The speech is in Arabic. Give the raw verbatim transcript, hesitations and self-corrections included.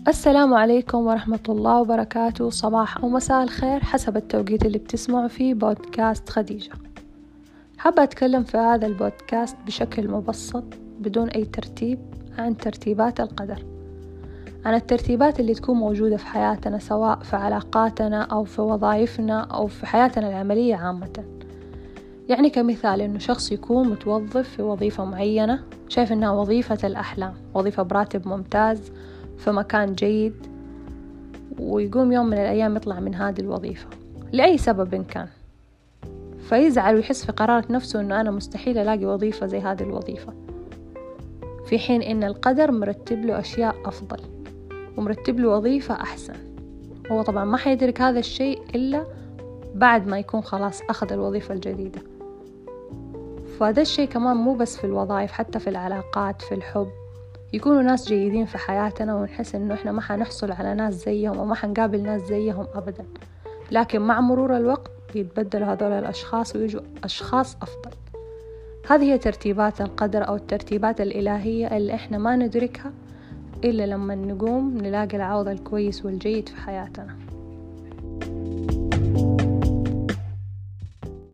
السلام عليكم ورحمة الله وبركاته، صباح أو مساء الخير حسب التوقيت اللي بتسمعوا فيه بودكاست خديجة. حابة أتكلم في هذا البودكاست بشكل مبسط بدون أي ترتيب عن ترتيبات القدر، عن الترتيبات اللي تكون موجودة في حياتنا، سواء في علاقاتنا أو في وظائفنا أو في حياتنا العملية عامة. يعني كمثال إنه شخص يكون متوظف في وظيفة معينة، شايف إنها وظيفة الأحلام، وظيفة براتب ممتاز في مكان جيد، ويقوم يوم من الأيام يطلع من هذه الوظيفة لأي سبب إن كان، فيزعل ويحس في قرارة نفسه إنه أنا مستحيل ألاقي وظيفة زي هذه الوظيفة، في حين إن القدر مرتب له أشياء أفضل ومرتب له وظيفة أحسن. هو طبعا ما حيدرك هذا الشيء إلا بعد ما يكون خلاص أخذ الوظيفة الجديدة. فهذا الشيء كمان مو بس في الوظائف، حتى في العلاقات، في الحب، يكونوا ناس جيدين في حياتنا ونحس إنه إحنا ما حنحصل على ناس زيهم وما حنقابل ناس زيهم أبدا، لكن مع مرور الوقت بيتبدلوا هذول الأشخاص ويجوا أشخاص أفضل. هذه هي ترتيبات القدر أو الترتيبات الإلهية اللي إحنا ما ندركها إلا لما نقوم نلاقي العوض الكويس والجيد في حياتنا.